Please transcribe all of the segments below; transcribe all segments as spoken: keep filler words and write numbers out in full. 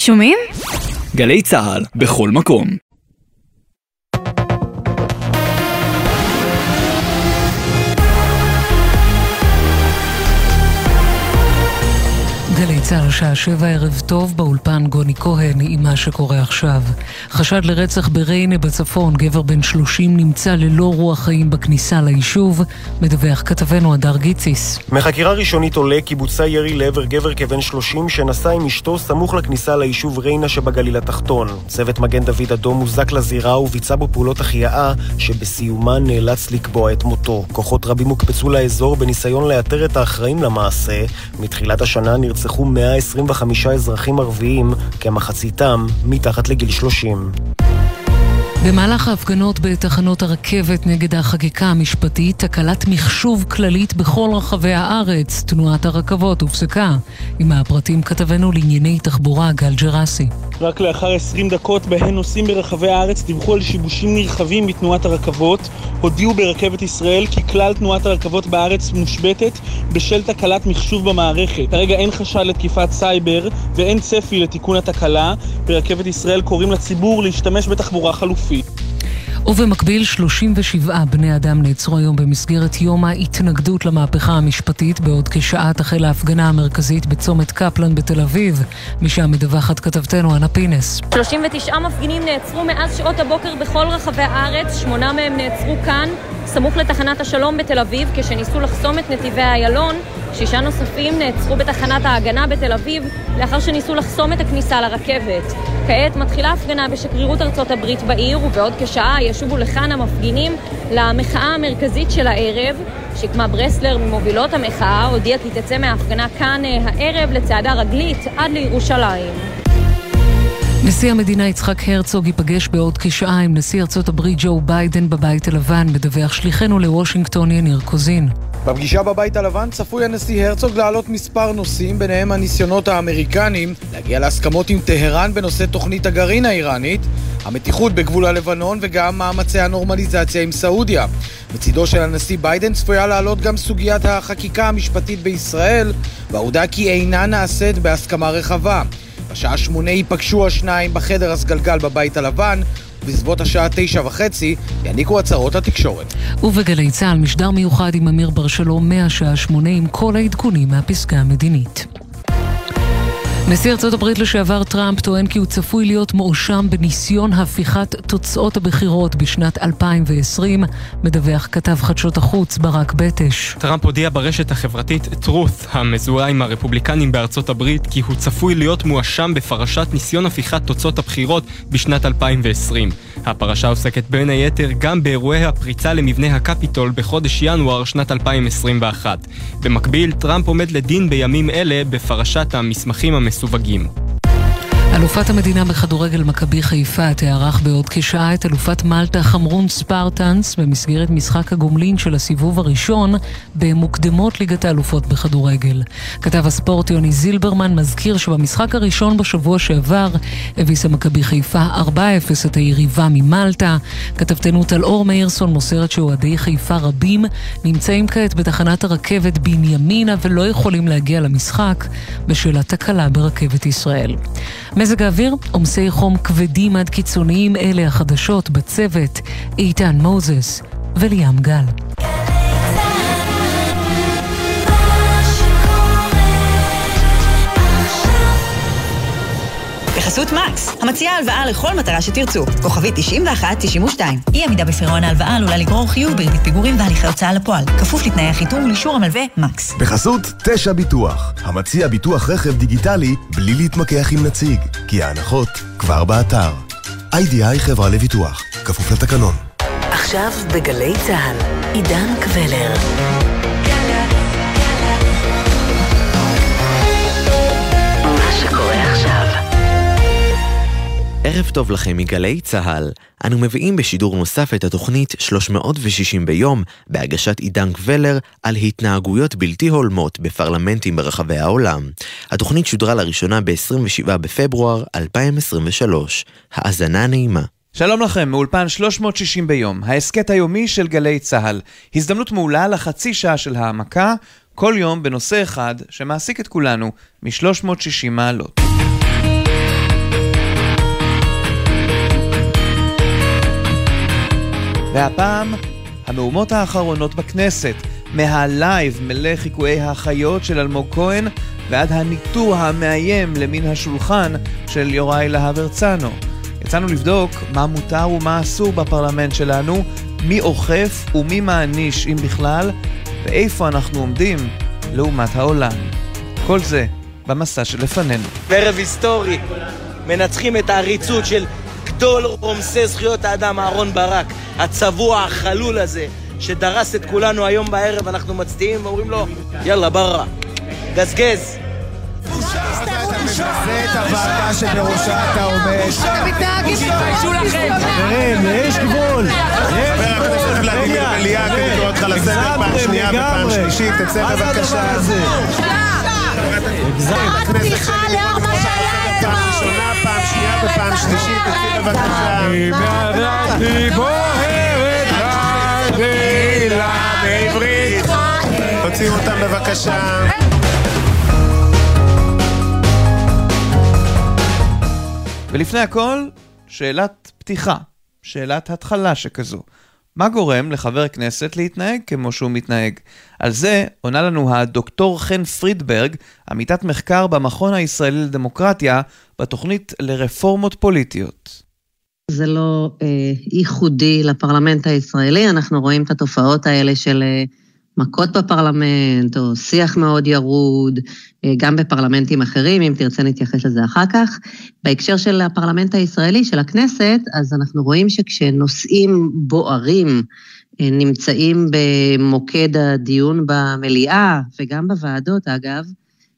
שומעים? גלי צהל בכל מקום. גלי צהל, שעה שבע, ערב טוב, באולפן גוני כהן עם מה שקורה עכשיו. חשד לרצח בריינה בצפון, גבר בן שלושים נמצא ללא רוח חיים בכניסה ליישוב, מדווח כתבנו הדר גיציס. מחקירה ראשונית עולה כי בוצע ירי לעבר גבר כבן שלושים שנסע עם אשתו סמוך לכניסה ליישוב ריינה שבגליל התחתון. צוות מגן דוד אדום מוזק לזירה וביצע בו פעולות החייאה שבסיומן נאלץ לקבוע את מותו. כוחות רבים הוקפצו לאזור בניסיון לאתר את האחראים למעשה. מתחילת השנה נרצחו מאה עשרים וחמישה אזרחים ערביים, כמחציתם מתחת לגיל שלושים. במהלך ההפגנות בתחנות הרכבת נגד החקיקה המשפטית, תקלת מחשוב כללית בכל רחבי הארץ, תנועת הרכבות הופסקה. עם הפרטים כתבנו לענייני תחבורה גל ג'רסי. רק לאחר עשרים דקות בהן נוסעים ברחבי הארץ דיווחו על שיבושים נרחבים בתנועת הרכבות. הודיעו ברכבת ישראל כי כלל תנועת הרכבות בארץ מושבתת בשל תקלת מחשוב במערכת. כרגע אין חשד לתקיפת סייבר ואין צפי לתיקון התקלה. ברכבת ישראל קוראים לציבור להשתמש בתחבורה חלופית. ובמקביל שלושים ושבעה בני אדם נעצרו היום במסגרת יום ההתנגדות למהפכה המשפטית. בעוד כשעה תחל ההפגנה המרכזית בצומת קפלן בתל אביב, משם מדווחת כתבתנו אנה פינס. שלושים ותשעה מפגינים נעצרו מאז שעות הבוקר בכל רחבי הארץ, שמונה מהם נעצרו כאן סמוך לתחנת השלום בתל אביב כשניסו לחסום את נתיבי איילון. שישה נוספים נעצרו בתחנת ההגנה בתל אביב לאחר שניסו לחסום את הכניסה לרכבת. כעת מתחילה הפגנה בשגרירות ארצות הברית בעיר, ובעוד כשעה ישובו לכאן המפגינים למחאה המרכזית של הערב. שקמה ברסלר ממובילות המחאה הודיעה כי תצא מההפגנה כאן הערב לצעדה רגלית עד לירושלים. נשיא המדינה יצחק הרצוג ייפגש בעוד כשעה עם נשיא ארצות הברית ג'ו ביידן בבית הלבן, מדווח שליחנו לוושינגטון יניר קוזין. בפגישה בבית הלבן צפוי הנשיא הרצוג להעלות מספר נושאים, ביניהם הניסיונות האמריקנים להגיע להסכמות עם טהרן בנושא תוכנית הגרעין האיראנית, המתיחות בגבול הלבנון וגם מאמצי הנורמליזציה עם סעודיה. בצידו של הנשיא ביידן צפויה להעלות גם סוגיית החקיקה המשפטית בישראל, והעובדה כי אינה נעשית בהסכמה רחבה. בשעה שמונה ייפגשו השניים בחדר הסגלגל בבית הלבן, ובסביבות השעה תשע וחצי יעניקו הצהרות התקשורת. ובגלי צהל משדר מיוחד עם אמיר בר שלום מהשעה שמונה עם כל העדכונים מהפסקה המדינית. נשיא ארצות הברית לשעבר טראמפ טוען כי הוא צפוי להיות מואשם בניסיון הפיכת תוצאות הבחירות בשנת אלפיים ועשרים, מדווח כתב חדשות החוץ ברק בטש. טראמפ הודיע ברשת החברתית טרוס, המזוהה עם הרפובליקנים בארצות הברית, כי הוא צפוי להיות מואשם בפרשת ניסיון הפיכת תוצאות הבחירות בשנת אלפיים ועשרים. הפרשה עוסקת בין היתר גם באירועי הפריצה למבנה הקפיטול בחודש ינואר שנת אלפיים עשרים ואחת. במקביל, טראמפ עומד לדין בימים אלה בפרשת המסמכים המסווגים. אלופת המדינה בכדורגל מכבי חיפה תארח בעוד כשעה את אלופת מלטה חמרון ספרטנס במסגרת משחק הגומלין של הסיבוב הראשון במוקדמות ליגת האלופות בכדורגל. כתב הספורט יוני זילברמן מזכיר שבמשחק הראשון בשבוע שעבר הביסה מכבי חיפה ארבע אפס את היריבה ממלטה. כתבתנו טל אור מאירסון מוסרת שאוהדי חיפה רבים נמצאים כעת בתחנת הרכבת בנימינה ולא יכולים להגיע למשחק בשל התקלה ברכבת ישראל. מזג האוויר, עומסי חום כבדים עד קיצוניים, אלה החדשות בצוות איתן מוזס וליאם גל. בחסות מקס, המציעה הלוואה לכל מטרה שתרצו. כוכבית תשעים ואחת תשעים ושתיים. אי עמידה בפירעון ההלוואה עלולה לגרור חיוב בריבית פיגורים והליכי הוצאה לפועל. כפוף לתנאי החיתום ולאישור המלווה מקס. בחסות תשע ביטוח, המציע ביטוח רכב דיגיטלי בלי להתמקח עם נציג, כי ההנחות כבר באתר. איי די איי חברה לביטוח, כפוף לתקנון. עכשיו בגלי צהל, עידן קבלר. ערב טוב לכם מגלי צהל. אנו מביאים בשידור נוסף את התוכנית שלוש מאות ושישים ביום, בהגשת עידן קבלר על התנהגויות בלתי הולמות בפרלמנטים ברחבי העולם. התוכנית שודרה לראשונה ב-עשרים ושבעה בפברואר אלפיים עשרים ושלוש. האזנה נעימה. שלום לכם, מאולפן שלוש מאות ושישים ביום, העסקת היומי של גלי צהל. הזדמנות מעולה לחצי שעה של העמקה, כל יום בנושא אחד שמעסיק את כולנו מ-שלוש מאות ושישים מעלות. והפעם, המהומות האחרונות בכנסת, מהלייב מלא חיקויי החיות של אלמוג כהן, ועד הניטור המאיים למין השולחן של יוראי להב הרצנו. יצאנו לבדוק מה מותר ומה אסור בפרלמנט שלנו, מי אוכף ומי מעניש אם בכלל, ואיפה אנחנו עומדים לעומת העולם. כל זה במסע שלפנינו. בערב היסטורי, מנצחים את העריצות של גדול רומסי זכויות האדם אהרון ברק, הצבוע החלול הזה, שדרס את כולנו היום בערב. אנחנו מצדיעים ואומרים לו, יאללה בררה, גזגז. זה את הוועדה שבראשה אתה עומד. תתביישו לכם. חברים, יש גבול. חבר הכנסת ולדימיר בליאק, אני קורא אותך לסדר פעם שנייה ופעם שלישית, תצא בבקשה. סליחה לאור מה שהיה פעם ראשונה, פעם שנייה ופעם שלישית, תצא בבקשה. היא בוערת רגילה בעברית. תוציאו אותם בבקשה. ולפני הכל, שאלת פתיחה, שאלת התחלה שכזו. מה גורם לחבר כנסת להתנהג כמו שהוא מתנהג? על זה עונה לנו הדוקטור חן פרידברג, עמיתת מחקר במכון הישראלי לדמוקרטיה, בתוכנית לרפורמות פוליטיות. זה לא אה, ייחודי לפרלמנט הישראלי, אנחנו רואים את התופעות האלה של אה, מכות בפרלמנט, או שיח מאוד ירוד, אה, גם בפרלמנטים אחרים, אם תרצה נתייחס לזה אחר כך. בהקשר של הפרלמנט הישראלי, של הכנסת, אז אנחנו רואים שכשנושאים בוערים אה, נמצאים במוקד הדיון במליאה, וגם בוועדות אגב,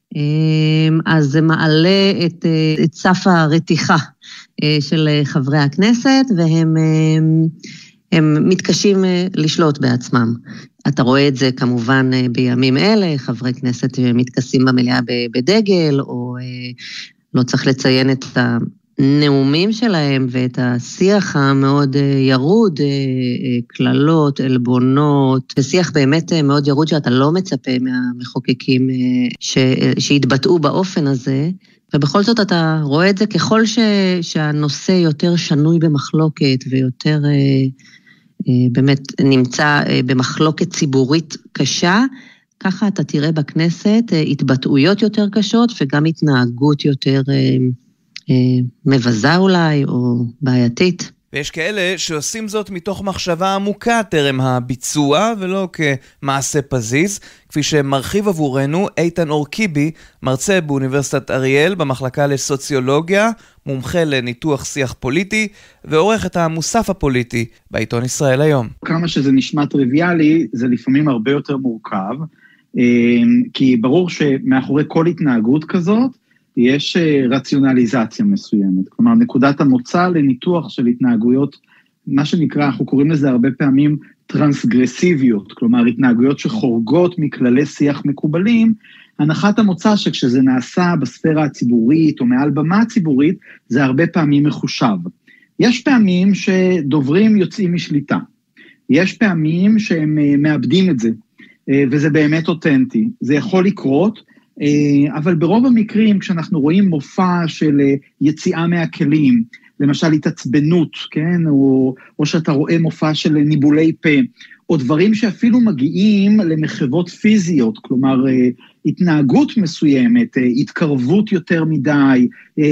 אה, אז זה מעלה את, אה, את סף הרתיחה של חברי הכנסת, והם הם מתקשים לשלוט בעצמם. אתה רואה את זה כמובן בימים אלה, חברי כנסת מתכסים במליאה בדגל, או לא צריך לציין את הנאומים שלהם, ואת השיח המאוד ירוד, כללות, אלבונות, ושיח באמת מאוד ירוד שאתה לא מצפה מהמחוקקים שהתבטאו באופן הזה, ובכל זאת אתה רואה את זה ככל ש, שהנושא יותר שנוי במחלוקת ויותר אה, אה, באמת נמצא אה, במחלוקת ציבורית קשה, ככה אתה תראה בכנסת אה, התבטאויות יותר קשות וגם התנהגות יותר אה, אה, מבזה אולי או בעייתית. ויש כאלה שעושים זאת מתוך מחשבה עמוקה טרם הביצוע, ולא כמעשה פזיז, כפי שמרחיב עבורנו איתן אורקיבי, מרצה באוניברסיטת אריאל במחלקה לסוציולוגיה, מומחה לניתוח שיח פוליטי, ועורך את המוסף הפוליטי בעיתון ישראל היום. כמה שזה נשמע טריוויאלי, זה לפעמים הרבה יותר מורכב, כי ברור שמאחורי כל התנהגות כזאת, יש רציונליזציה מסוימת, כלומר נקודת המוצא לניתוח של התנהגויות, מה שנקרא, אנחנו קוראים לזה הרבה פעמים טרנסגרסיביות, כלומר התנהגויות שחורגות מכללי שיח מקובלים, הנחת המוצא שכשזה נעשה בספירה הציבורית או מעל במה הציבורית, זה הרבה פעמים מחושב. יש פעמים שדוברים יוצאים משליטה, יש פעמים שהם מאבדים את זה, וזה באמת אותנטי, זה יכול לקרות, אבל ברוב המקרים, כשאנחנו רואים מופע של יציאה מהכלים, למשל התעצבנות, כן? או, או שאתה רואה מופע של ניבולי פה, או דברים שאפילו מגיעים למחוות פיזיות, כלומר, התנהגות מסוימת, התקרבות יותר מדי,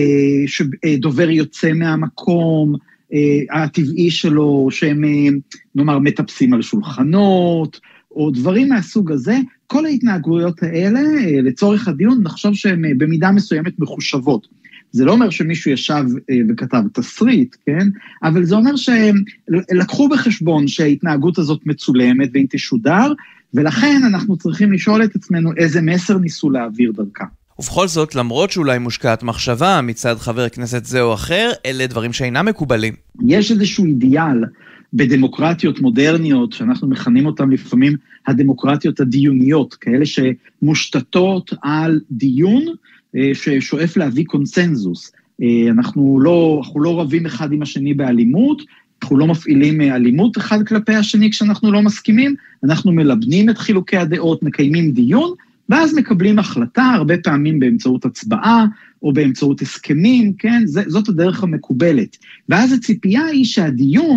שדובר יוצא מהמקום, הטבעי שלו, שהם, נאמר, מטפסים על שולחנות, או דברים מהסוג הזה, כל ההתנהגויות האלה, לצורך הדיון, נחשוב שהן במידה מסוימת מחושבות. זה לא אומר שמישהו ישב וכתב תסריט, כן? אבל זה אומר שהם לקחו בחשבון שההתנהגות הזאת מצולמת והיא תשודר, ולכן אנחנו צריכים לשאול את עצמנו איזה מסר ניסו להעביר דרכה. ובכל זאת, למרות שאולי מושקעת מחשבה מצד חבר כנסת זה או אחר, אלה דברים שאינם מקובלים. יש איזשהו אידיאל בדמוקרטיות מודרניות, שאנחנו מכנים אותם לפעמים הדמוקרטיות הדיוניות, כאלה שמושתתות על דיון ששואף להביא קונסנזוס. אנחנו לא, אנחנו לא רבים אחד עם השני באלימות, אנחנו לא מפעילים אלימות אחד כלפי השני כשאנחנו לא מסכימים, אנחנו מלבנים את חילוקי הדעות, מקיימים דיון, ואז מקבלים החלטה, הרבה פעמים באמצעות הצבעה, או באמצעות הסכמים, כן? זאת הדרך המקובלת. ואז הציפייה היא שהדיון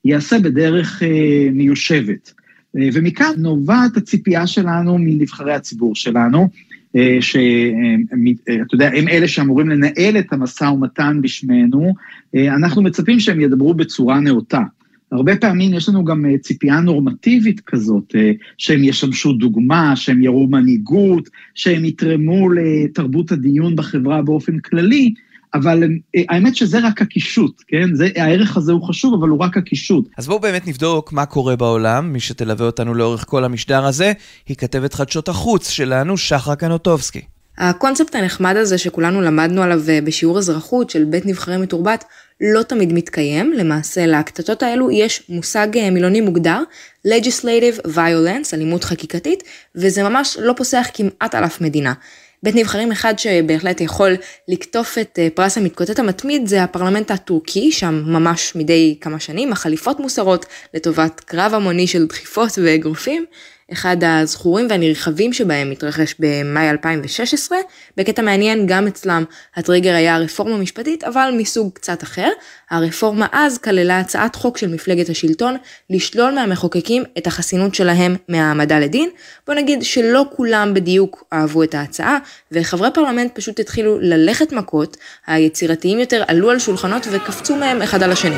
ייעשה בדרך אה, מיושבת. אה, ומכאן נובעת הציפייה שלנו מנבחרי הציבור שלנו, אה, שאתה יודע, הם אלה שאמורים לנהל את המשא ומתן בשמנו, אה, אנחנו מצפים שהם ידברו בצורה נאותה. הרבה פעמים יש לנו גם ציפייה נורמטיבית כזאת, שהם ישמשו דוגמה, שהם יראו מנהיגות, שהם יתרמו לתרבות הדיון בחברה באופן כללי, אבל האמת שזה רק הקישוט, כן? זה, הערך הזה הוא חשוב, אבל הוא רק הקישוט. אז בואו באמת נבדוק מה קורה בעולם. מי שתלווה אותנו לאורך כל המשדר הזה, היא כתבת חדשות החוץ שלנו, שחר קנוטובסקי. הקונספט הנחמד הזה שכולנו למדנו עליו בשיעור אזרחות של בית נבחרי מתורבת לא תמיד מתקיים. למעשה להקטטות האלו יש מושג מילוני מוגדר, legislative violence, אלימות חקיקתית, וזה ממש לא פוסח כמעט על אף מדינה. בית נבחרים אחד שבהחלט יכול לקטוף את פרס המתקוטט המתמיד זה הפרלמנט הטורקי, שם ממש מדי כמה שנים החליפות מוסרות לטובת קרב המוני של דחיפות ואגרופים. אחד הזכורים והנרחבים שבהם מתרחש במאי אלפיים ושש עשרה, בקטע מעניין גם אצלם הטריגר היה רפורמה משפטית, אבל מסוג קצת אחר. הרפורמה אז כללה הצעת חוק של מפלגת השלטון, לשלול מהמחוקקים את החסינות שלהם מהעמדה לדין. בוא נגיד שלא כולם בדיוק אהבו את ההצעה, וחברי פרלמנט פשוט התחילו ללכת מכות, היצירתיים יותר עלו על שולחנות וקפצו מהם אחד על השני.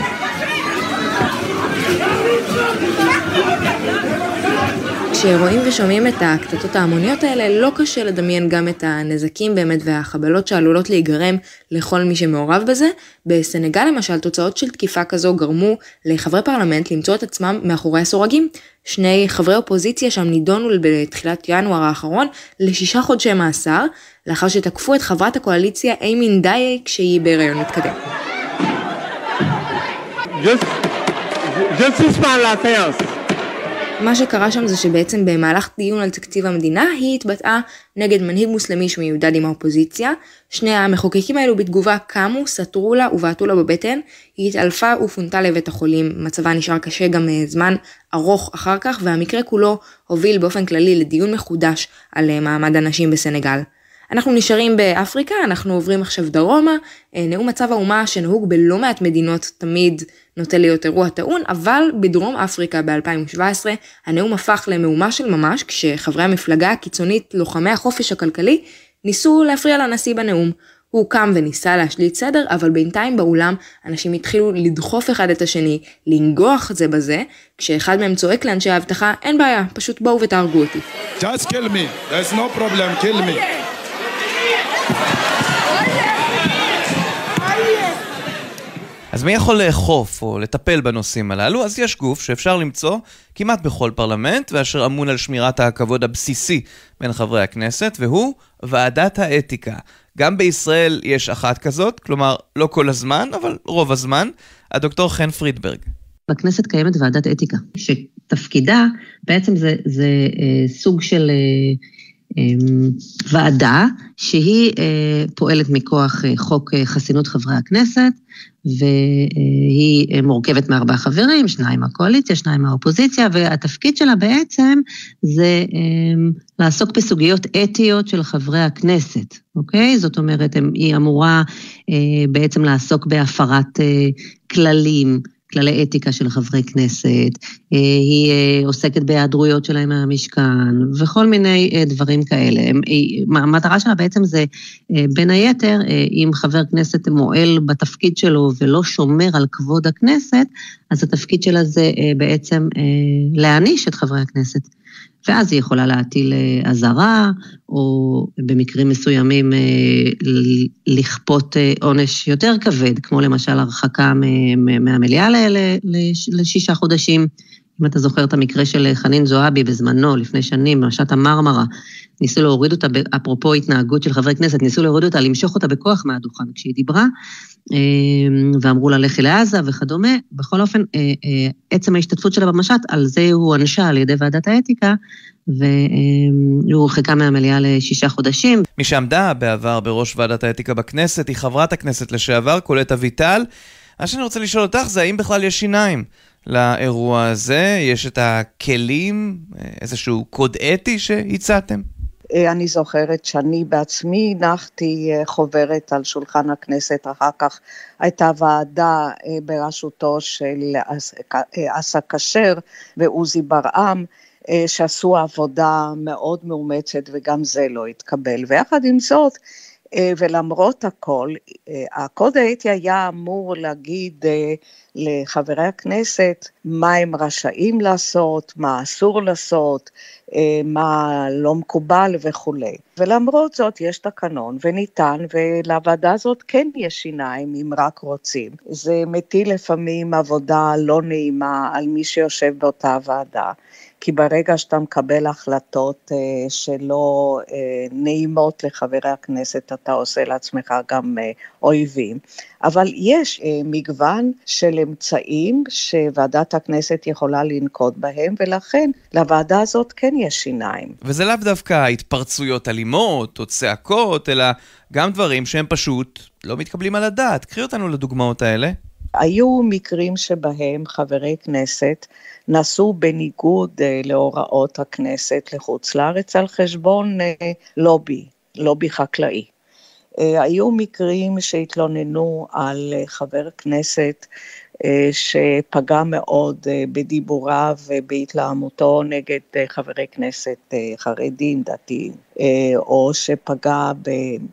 כשרואים ושומעים את הקטטות ההמוניות האלה, לא קשה לדמיין גם את הנזקים באמת והחבלות שעלולות להיגרם לכל מי שמעורב בזה. בסנגל למשל, תוצאות של תקיפה כזו גרמו לחברי פרלמנט למצוא את עצמם מאחורי הסורגים. שני חברי אופוזיציה שם נידונו בתחילת ינואר האחרון לשישה חודשי מאסר, לאחר שתקפו את חברת הקואליציה אימין דיי כשהיא בהיריון מתקדם. מה שקרה שם זה שבעצם במהלך דיון על תקציב המדינה, היא התבטאה נגד מנהיג מוסלמי שמיודד עם האופוזיציה. שני המחוקקים האלו בתגובה קמו, סתרו לה ובעטו לה בבטן. היא התעלפה ופונתה לבית החולים. מצבה נשאר קשה גם זמן ארוך אחר כך, והמקרה כולו הוביל באופן כללי לדיון מחודש על מעמד הנשים בסנגל. אנחנו נשארים באפריקה, אנחנו עוברים עכשיו דרומה. נאום מצב האומה שנהוג בלא מעט מדינות תמיד נוטה להיות אירוע טעון, אבל בדרום אפריקה ב-אלפיים שבע עשרה הנאום הפך למהומה של ממש, כשחברי המפלגה הקיצונית לוחמי החופש הכלכלי ניסו להפריע לנשיא בנאום. הוא קם וניסה להשליט סדר, אבל בינתיים באולם אנשים התחילו לדחוף אחד את השני, לנגוח זה בזה, כשאחד מהם צועק לאנשי ההבטחה, אין בעיה, פשוט בואו ותהרגו אותי. Just kill me, there's no problem, kill me. אז מי יכול לאכוף או לטפל בנושאים הללו? אז יש גוף שאפשר למצוא כמעט בכל פרלמנט, ואשר אמון על שמירת הכבוד הבסיסי בין חברי הכנסת, והוא ועדת האתיקה. גם בישראל יש אחת כזאת, כלומר לא כל הזמן, אבל רוב הזמן. הדוקטור חן פרידברג. בכנסת קיימת ועדת אתיקה, שתפקידה בעצם זה, זה אה, סוג של... אה, ועדה שהיא פועלת מכוח חוק חסינות חברי הכנסת, והיא מורכבת מארבעה חברים, שניים מהקואליציה, שניים מהאופוזיציה, והתפקיד שלה בעצם זה לעסוק בסוגיות אתיות של חברי הכנסת, אוקיי? זאת אומרת, היא אמורה בעצם לעסוק בהפרת כללים, כללי אתיקה של חברי כנסת, היא עוסקת בהיעדרויות שלהם מהמשכן, וכל מיני דברים כאלה. המטרה שלה בעצם זה, בין היתר, אם חבר כנסת מועל בתפקיד שלו ולא שומר על כבוד הכנסת, אז התפקיד שלה זה בעצם להעניש את חברי הכנסת. ואז היא יכולה להטיל עזרה, או במקרים מסוימים לכפות עונש יותר כבד, כמו למשל הרחקה מהמליאה לשישה חודשים. אם אתה זוכר את המקרה של חנין זועבי בזמנו, לפני שנים, במשט המרמרה, ניסו להוריד אותה, אפרופו התנהגות של חברי כנסת, ניסו להוריד אותה, למשוך אותה בכוח מהדוכן כשהיא דיברה, ואמרו לה לכי לעזה וכדומה. בכל אופן, עצם ההשתתפות שלה במשט, על זה הוא ענשה על ידי ועדת האתיקה, והוא הורחקה מהמליאה לשישה חודשים. מי שעמדה בעבר בראש ועדת האתיקה בכנסת, היא חברת הכנסת לשעבר, קולט אביטל. מה שאני רוצה לשאול אותך זה, האם בכלל יש שיניים לאירוע הזה? יש את הכלים, איזשהו קוד אתי שהצעתם? אני זוכרת שאני בעצמי הנחתי חוברת על שולחן הכנסת, אחר כך הייתה ועדה בראשותו של אסא כשר ועוזי ברעם, שעשו עבודה מאוד מאומצת וגם זה לא התקבל. ויחד עם זאת, ולמרות הכל, הקוד האתי היה אמור להגיד לחברי הכנסת מה הם רשאים לעשות, מה אסור לעשות, מה לא מקובל וכו'. ולמרות זאת יש תקנון וניתן, ולוועדה הזאת כן יש שיניים אם רק רוצים. זה מטיל לפעמים עבודה לא נעימה על מי שיושב באותה ועדה. כי ברגע שאתה מקבל החלטות אה, שלא אה, נעימות לחברי הכנסת, אתה עושה לעצמך גם אה, אויבים. אבל יש אה, מגוון של אמצעים שוועדת הכנסת יכולה לנקוט בהם, ולכן לוועדה הזאת כן יש שיניים. וזה לאו דווקא התפרצויות אלימות או צעקות, אלא גם דברים שהם פשוט לא מתקבלים על הדעת. קחי אותנו לדוגמאות האלה. היו מקרים שבהם חברי כנסת נסעו בניגוד uh, להוראות הכנסת לחוץ לארץ על חשבון uh, לובי, לובי חקלאי. Uh, היו מקרים שהתלוננו על uh, חבר כנסת uh, שפגע מאוד uh, בדיבוריו ובהתלהמותו נגד uh, חברי כנסת uh, חרדים, דתיים, uh, או שפגע ב...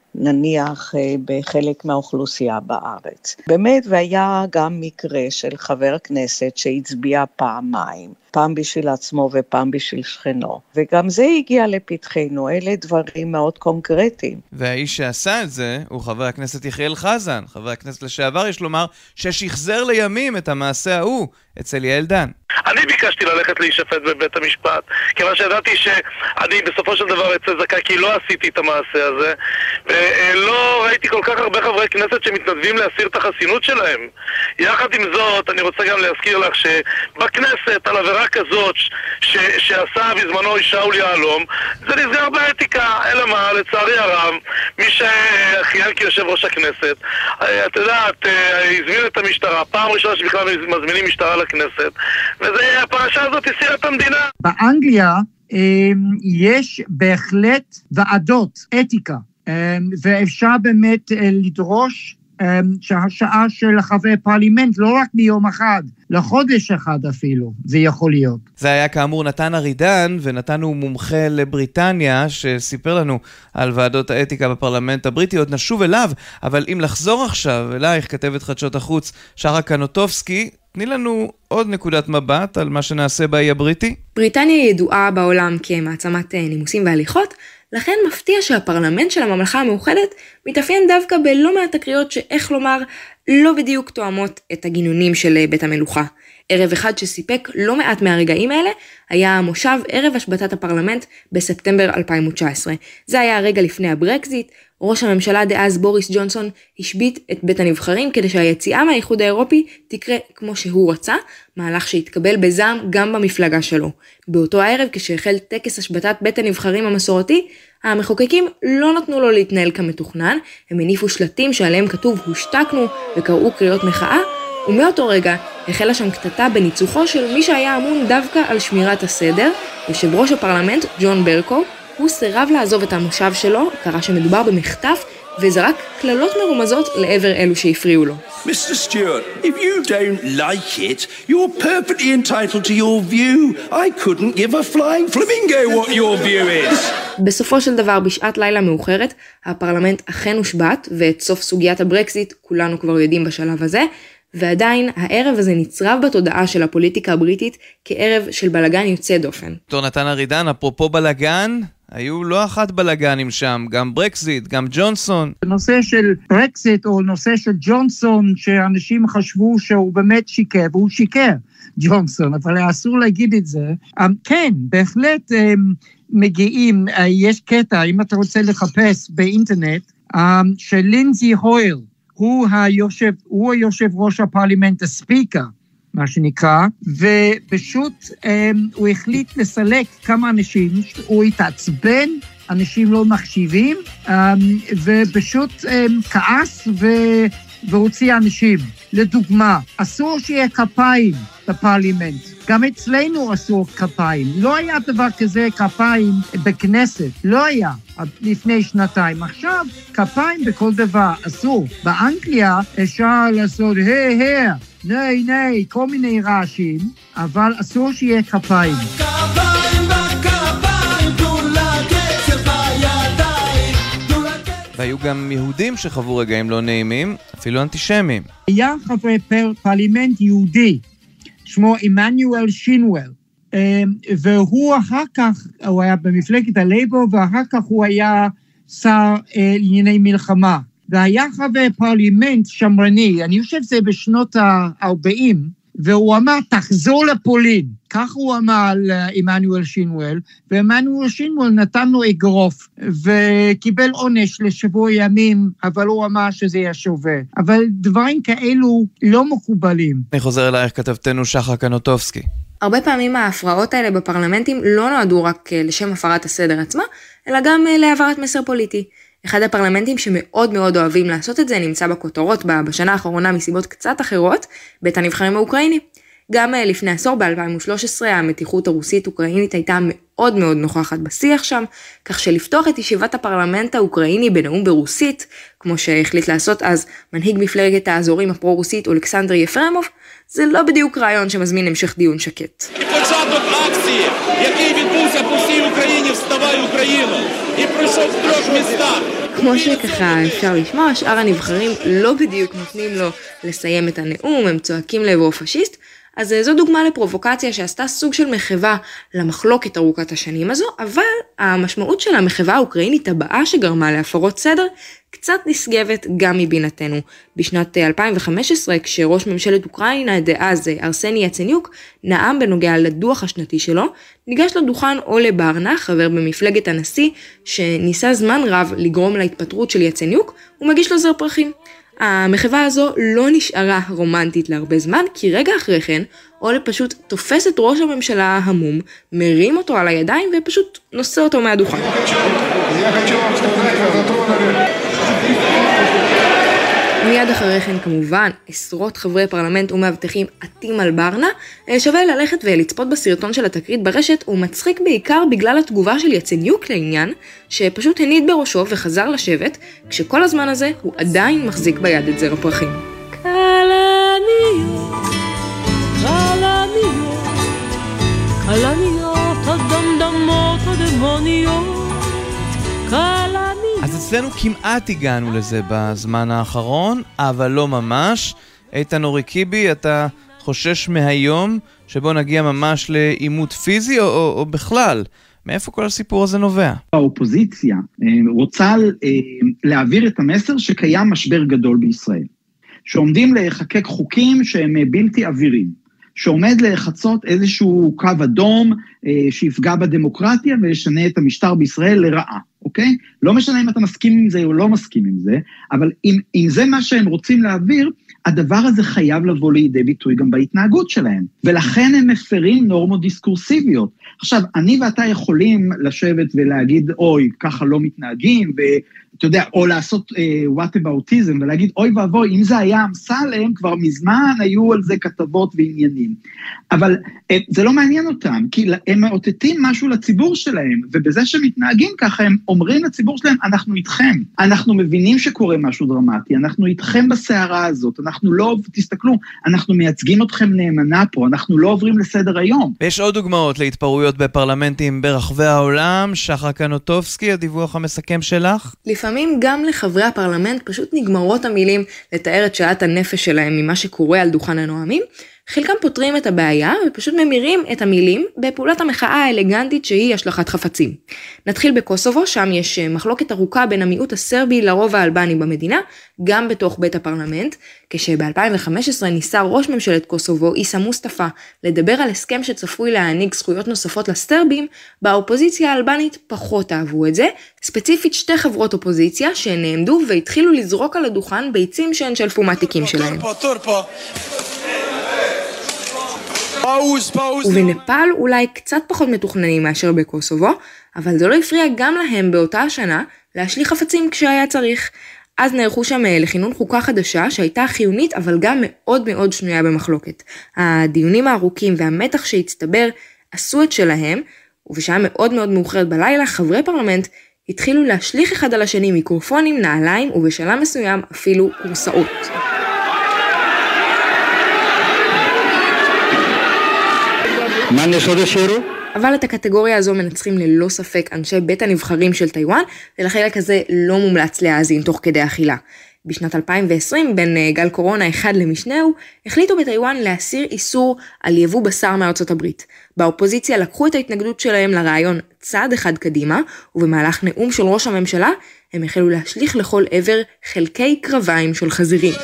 נניח בחלק מהאוכלוסייה בארץ. באמת, והיה גם מקרה של חבר כנסת שהצביע פעמיים, פעם בשביל עצמו ופעם בשביל שכנו. וגם זה הגיע לפתחנו, אלה דברים מאוד קונקרטיים. והאיש שעשה את זה הוא חבר הכנסת יחיאל חזן, חבר הכנסת לשעבר, יש לומר, ששחזר לימים את המעשה ההוא אצל יעל דן. אני ביקשתי ללכת להישפט בבית המשפט, כיוון שידעתי שאני בסופו של דבר אצא זכאי, כי לא עשיתי את המעשה הזה, ולא ראיתי כל כך הרבה חברי כנסת שמתנדבים להסיר את החסינות שלהם. יחד עם זאת, אני רוצה גם להזכיר לך שבכנסת, על עבירה כזאת ש- שעשה בזמנו שאול יהלום, זה נסגר באתיקה, אלא מה, לצערי הרב, מי שכיהן כיושב ראש הכנסת, את יודעת, הזמין את המשטרה, פעם ראשונה שבכלל מזמינים משטרה לכנסת, והפרשה הזאת הסירה את המדינה. באנגליה יש בהחלט ועדות אתיקה, ואפשר באמת לדרוש שהשעה של חברי פרלימנט לא רק מיום אחד, לחודש אחד אפילו, זה יכול להיות. זה היה כאמור נתן ארידן, ונתן הוא מומחה לבריטניה, שסיפר לנו על ועדות האתיקה בפרלמנט הבריטי, עוד נשוב אליו, אבל אם לחזור עכשיו אלייך, כתבת חדשות החוץ, שרה קנוטובסקי, תני לנו עוד נקודת מבט על מה שנעשה באי הבריטי. בריטניה ידועה בעולם כמעצמת נימוסים והליכות, לכן מפתיע שהפרלמנט של הממלכה המאוחדת מתאפיין דווקא בלא מעט תקריות שאיך לומר לא בדיוק תואמות את הגינונים של בית המלוכה. ערב אחד שסיפק לא מעט מהרגעים האלה היה המושב ערב השבתת הפרלמנט בספטמבר אלפיים תשע עשרה. זה היה הרגע לפני הברקזיט, ראש הממשלה דאז בוריס ג'ונסון השביט את בית הנבחרים כדי שהיציאה מהאיחוד האירופי תקרה כמו שהוא רצה, מהלך שהתקבל בזעם גם במפלגה שלו. באותו הערב כשהחל טקס השבתת בית הנבחרים המסורתי, המחוקקים לא נתנו לו להתנהל כמתוכנן, הם הניפו שלטים שעליהם כתוב הושתקנו וקראו קריאות מחאה, ומאותו רגע החלה שם קטטה בניצוחו של מי שהיה אמון דווקא על שמירת הסדר, יושב ראש הפרלמנט ג'ון ברקו. הוא סירב לעזוב את המושב שלו, קרא שמדובר במחטף, וזרק כללות מרומזות לעבר אלו שהפריעו לו. מיסטר Stewart, if you don't like it, you're perfectly entitled to your view. I couldn't give a flying flamingo what your view is. בסופו של דבר, בשעת לילה מאוחרת, הפרלמנט אכן הושבת, ואת סוף סוגיית הברקזיט כולנו כבר יודעים בשלב הזה, ועדיין הערב הזה נצרב בתודעה של הפוליטיקה הבריטית כערב של בלגן יוצא דופן. תור נתן ארידן, אפרופו בלגן, היו לא אחת בלגנים שם, גם ברקזיט, גם ג'ונסון. נושא של ברקזיט או נושא של ג'ונסון, שאנשים חשבו שהוא באמת שיקר, והוא שיקר, ג'ונסון, אבל אסור להגיד את זה. כן, בהחלט מגיעים, יש קטע, אם אתה רוצה לחפש באינטרנט, של לינזי הויל, הוא היושב, הוא היושב ראש הפרלימנט, הספיקר, מה שנקרא, ופשוט הוא החליט לסלק כמה אנשים, הוא התעצבן, אנשים לא מחשיבים, ופשוט כעס והוציא אנשים. לדוגמה, אסור שיהיה כפיים בפרלימנט. גם אצלנו אסור כפיים. לא היה דבר כזה כפיים בכנסת, לא היה לפני שנתיים. עכשיו כפיים בכל דבר אסור. באנגליה אפשר לעשות היי היי, ניי ניי, כל מיני רעשים, אבל אסור שיהיה כפיים. והיו גם יהודים שחוו רגעים לא נעימים, אפילו אנטישמים. היה חברי פרלמנט יהודי, שמו עמנואל שינואל, והוא אחר כך, הוא היה במפלגת הלייבור, ואחר כך הוא היה שר לענייני מלחמה. והיה חבר פרלמנט שמרני, אני חושב שזה בשנות ה-ארבעים, והוא אמר, תחזור לפולין. כך הוא אמר לעמנואל שינואל, ועמנואל שינואל נתן לו אגרוף, וקיבל עונש לשבוע ימים, אבל הוא אמר שזה היה שווה. אבל דברים כאלו לא מקובלים. אני חוזר אלייך, כתבתנו שחר קנוטובסקי. הרבה פעמים ההפרעות האלה בפרלמנטים לא נועדו רק לשם הפרת הסדר עצמה, אלא גם להעברת מסר פוליטי. אחד הפרלמנטים שמאוד מאוד אוהבים לעשות את זה נמצא בכותרות בשנה האחרונה מסיבות קצת אחרות, בית הנבחרים האוקראיני. גם לפני עשור ב-אלפיים ושלוש עשרה המתיחות הרוסית-אוקראינית הייתה מאוד מאוד נוכחת בשיח שם, כך שלפתוח את ישיבת הפרלמנט האוקראיני בנאום ברוסית, כמו שהחליט לעשות אז מנהיג מפלגת האזורים הפרו-רוסית אולכסנדר יפרמוב, זה לא בדיוק רעיון שמזמין המשך דיון שקט. כמו שככה אפשר לשמוע, שאר הנבחרים לא בדיוק נותנים לו לסיים את הנאום, הם צועקים לעברו פשיסט, אז זו דוגמה לפרובוקציה שעשתה סוג של מחווה למחלוקת ארוכת השנים הזו, אבל המשמעות של המחווה האוקראינית הבאה שגרמה להפרות סדר, קצת נשגבת גם מבינתנו. בשנת אלפיים וחמש עשרה, כשראש ממשלת אוקראינה דאז ארסני יצניוק נאם בנוגע לדוח השנתי שלו, ניגש לדוכן אולה ברנה, חבר במפלגת הנשיא, שניסה זמן רב לגרום להתפטרות של יצניוק, ומגיש לו זר פרחים. המחווה הזו לא נשארה רומנטית להרבה זמן, כי רגע אחרי כן, אולה פשוט תופס את ראש הממשלה המום, מרים אותו על הידיים ופשוט נושא אותו מהדוכן. מיד אחרי כן כמובן עשרות חברי פרלמנט ומאבטחים עטים על ברנה, שווה ללכת ולצפות בסרטון של התקרית ברשת, הוא מצחיק בעיקר בגלל התגובה של יצניוק לעניין, שפשוט הניד בראשו וחזר לשבת, כשכל הזמן הזה הוא עדיין מחזיק ביד את זר הפרחים. כלניות, כלניות, כלניות, הדמדמות הדמוניות, כלניות. אז אצלנו כמעט הגענו לזה בזמן האחרון, אבל לא ממש. איתן אוריקיבי, אתה חושש מהיום שבו נגיע ממש לעימות פיזי או, או, או בכלל? מאיפה כל הסיפור הזה נובע? האופוזיציה רוצה להעביר את המסר שקיים משבר גדול בישראל. שעומדים לחקק חוקים שהם בלתי עבירים. שעומד לחצות איזשהו קו אדום שיפגע בדמוקרטיה וישנה את המשטר בישראל לרעה. אוקיי? לא משנה אם אתה מסכים עם זה או לא מסכים עם זה, אבל אם, אם זה מה שהם רוצים להעביר, הדבר הזה חייב לבוא לידי ביטוי גם בהתנהגות שלהם. ולכן הם מפרים נורמות דיסקורסיביות. עכשיו, אני ואתה יכולים לשבת ולהגיד, אוי, ככה לא מתנהגים, ואתה יודע, או לעשות וואטאבאוטיזם, uh, ולהגיד, אוי ואבוי, אם זה היה אמסלם, כבר מזמן היו על זה כתבות ועניינים. אבל uh, זה לא מעניין אותם, כי הם מאותתים משהו לציבור שלהם, ובזה שמתנהגים ככה, הם אומרים לציבור שלהם, אנחנו איתכם, אנחנו מבינים שקורה משהו דרמטי, אנחנו איתכם בסערה הזאת, אנחנו לא, תסתכלו, אנחנו מייצגים אתכם נאמנה פה, אנחנו לא עוברים לסדר היום. ויש עוד דוגמאות להתפרעויות בפרלמנטים ברחבי העולם. שחר קנוטובסקי, הדיווח המסכם שלך? לפעמים גם לחברי הפרלמנט פשוט נגמרות המילים לתאר את שעת הנפש שלהם ממה שקורה על דוכן הנואמים. חלקם פותרים את הבעיה ופשוט ממירים את המילים בפעולת המחאה האלגנטית שהיא השלכת חפצים. נתחיל בקוסובו, שם יש מחלוקת ארוכה בין המיעוט הסרבי לרוב האלבני במדינה, גם בתוך בית הפרלמנט, כשב-אלפיים וחמש עשרה ניסה ראש ממשלת קוסובו, איסה מוסטפא, לדבר על הסכם שצפוי להעניק זכויות נוספות לסרבים, באופוזיציה האלבנית פחות אהבו את זה, ספציפית שתי חברות אופוזיציה שנעמדו והתחילו לזרוק על הדוכן ביצים שהן שלפו מהתיקים שלהם. פאוז, פאוז. ובנפאל אולי קצת פחות מתוכננים מאשר בקוסובו, אבל זה לא הפריע גם להם באותה השנה להשליך חפצים כשהיה צריך. אז נערכו שם לכינון חוקה חדשה שהייתה חיונית אבל גם מאוד מאוד שנויה במחלוקת. הדיונים הארוכים והמתח שהצטבר עשו את שלהם, ובשעה מאוד מאוד מאוחרת בלילה חברי פרלמנט התחילו להשליך אחד על השני מיקרופונים, נעליים ובשלב מסוים אפילו קורסאות. מה נשאר שירו? אבל את הקטגוריה הזו מנצחים ללא ספק אנשי בית הנבחרים של טיואן, ולחלק הזה לא מומלץ להאזין תוך כדי אכילה. בשנת אלפיים ועשרים, בין גל קורונה אחד למשנהו, החליטו בטיואן להסיר איסור על יבוא בשר מארצות הברית. באופוזיציה לקחו את ההתנגדות שלהם לרעיון צעד אחד קדימה, ובמהלך נאום של ראש הממשלה, הם החלו להשליך לכל עבר חלקי קרביים של חזירים.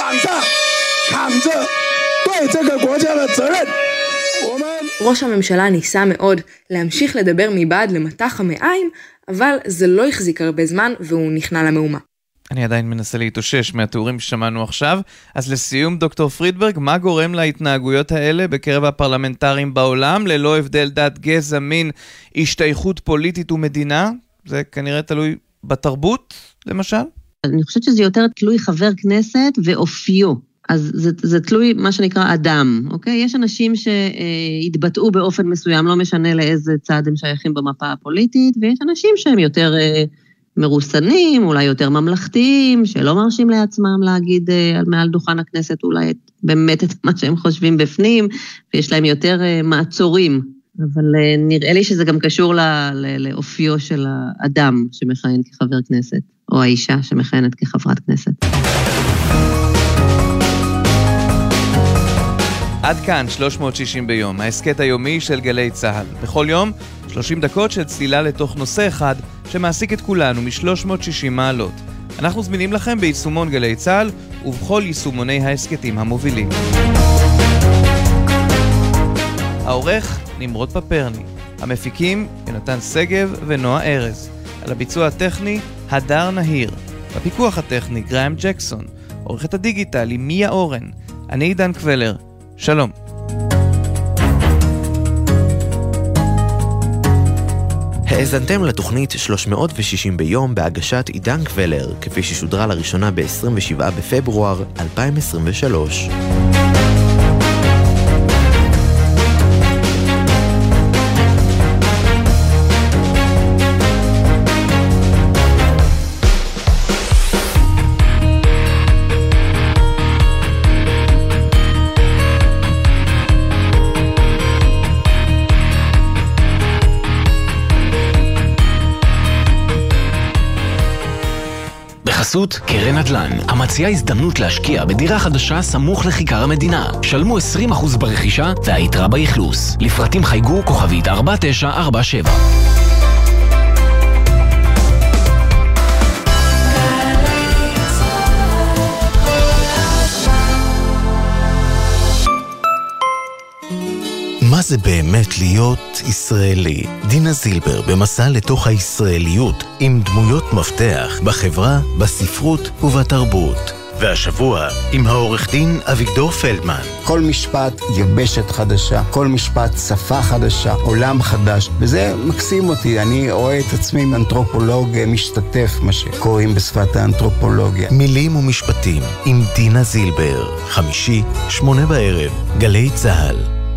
ראש הממשלה ניסה מאוד להמשיך לדבר מבעד למתח המעיים, אבל זה לא החזיק הרבה זמן והוא נכנע למהומה. אני עדיין מנסה להתאושש מהתיאורים ששמענו עכשיו. אז לסיום, דוקטור פרידברג, מה גורם להתנהגויות האלה בקרב הפרלמנטרים בעולם, ללא הבדל דת, גזע, מין, השתייכות פוליטית ומדינה? זה כנראה תלוי בתרבות, למשל? אני חושבת שזה יותר תלוי חבר כנסת ואופיו. אז זה, זה תלוי מה שנקרא אדם, אוקיי? יש אנשים שהתבטאו באופן מסוים, לא משנה לאיזה צד הם שייכים במפה הפוליטית, ויש אנשים שהם יותר מרוסנים, אולי יותר ממלכתיים, שלא מרשים לעצמם להגיד על מעל דוכן הכנסת אולי באמת את מה שהם חושבים בפנים, ויש להם יותר מעצורים. אבל נראה לי שזה גם קשור לאופיו של האדם שמכהן כחבר כנסת, או האישה שמכהנת כחברת כנסת. עד כאן שלוש מאות שישים ביום, ההסקט היומי של גלי צהל. בכל יום, שלושים דקות של צלילה לתוך נושא אחד שמעסיק את כולנו מ-שלוש מאות ושישים מעלות. אנחנו זמינים לכם ביישומון גלי צהל ובכל יישומוני ההסקטים המובילים. העורך נמרוד פפרני, המפיקים יונתן סגב ונועה ארז, על הביצוע הטכני הדר נהיר, בפיקוח הטכני גריים ג'קסון, עורכת הדיגיטל היא מיה אורן, אני עידן קבלר. שלום. האזנתם לתוכנית שלוש מאות ושישים ביום בהגשת עידן קבלר, כפי ששודרה לראשונה ב-עשרים ושבעה בפברואר אלפיים עשרים ושלוש. בחסות קרן נדל"ן, המציעה הזדמנות להשקיע בדירה חדשה סמוך לכיכר המדינה. שלמו עשרים אחוז ברכישה והיתרה באכלוס. לפרטים חייגו כוכבית ארבע תשע ארבע שבע. מה זה באמת להיות ישראלי? דינה זילבר במסע לתוך הישראליות עם דמויות מפתח בחברה, בספרות ובתרבות. והשבוע עם העורך דין אביגדור פלדמן. כל משפט יבשת חדשה, כל משפט שפה חדשה, עולם חדש, וזה מקסים אותי. אני רואה את עצמי אנתרופולוג משתתף, מה שקוראים בשפת האנתרופולוגיה. מילים ומשפטים עם דינה זילבר, חמישי, שמונה בערב, גלי צהל.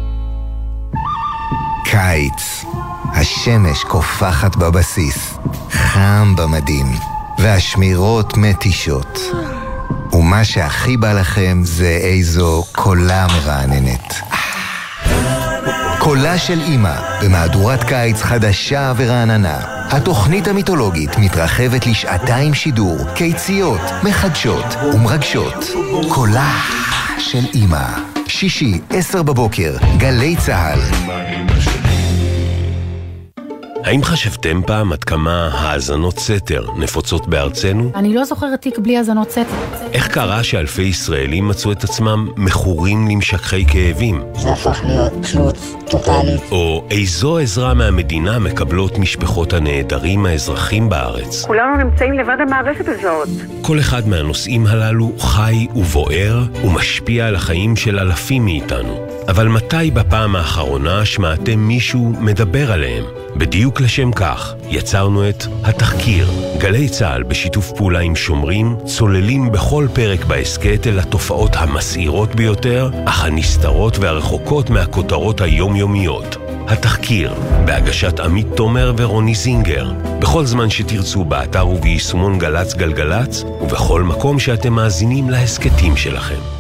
קיץ, השמש קופחת בבסיס, חם במדים, והשמירות מתישות. ומה שהכי בא לכם זה איזו קולה מרעננת. קולה של אמא, במהדורת קיץ חדשה ורעננה. התוכנית המיתולוגית מתרחבת לשעתיים שידור, קיציות, מחדשות ומרגשות. קולה של אמא. שישי, עשר בבוקר, גלי צהל. האם חשבתם פעם עד כמה האזנות סתר נפוצות בארצנו? אני לא זוכרת תיק בלי האזנות סתר. איך קרה שאלפי ישראלים מצאו את עצמם מכורים למשככי כאבים? זה הפך להיות תלות טוטלית. או איזו עזרה מהמדינה מקבלות משפחות הנעדרים האזרחים בארץ? כולנו נמצאים לבד המערכת הזאת. כל אחד מהנושאים הללו חי ובוער ומשפיע על החיים של אלפים מאיתנו. אבל מתי בפעם האחרונה שמעתם מישהו מדבר עליהם? בדיוק בדיוק לשם כך יצרנו את התחקיר. גלי צהל בשיתוף פעולה עם שומרים צוללים בכל פרק בעסקת אל התופעות המסעירות ביותר, אך הנסתרות והרחוקות מהכותרות היומיומיות. התחקיר, בהגשת עמית תומר ורוני זינגר, בכל זמן שתרצו באתר וביישומון גלץ גלגלץ, ובכל מקום שאתם מאזינים להסקטים שלכם.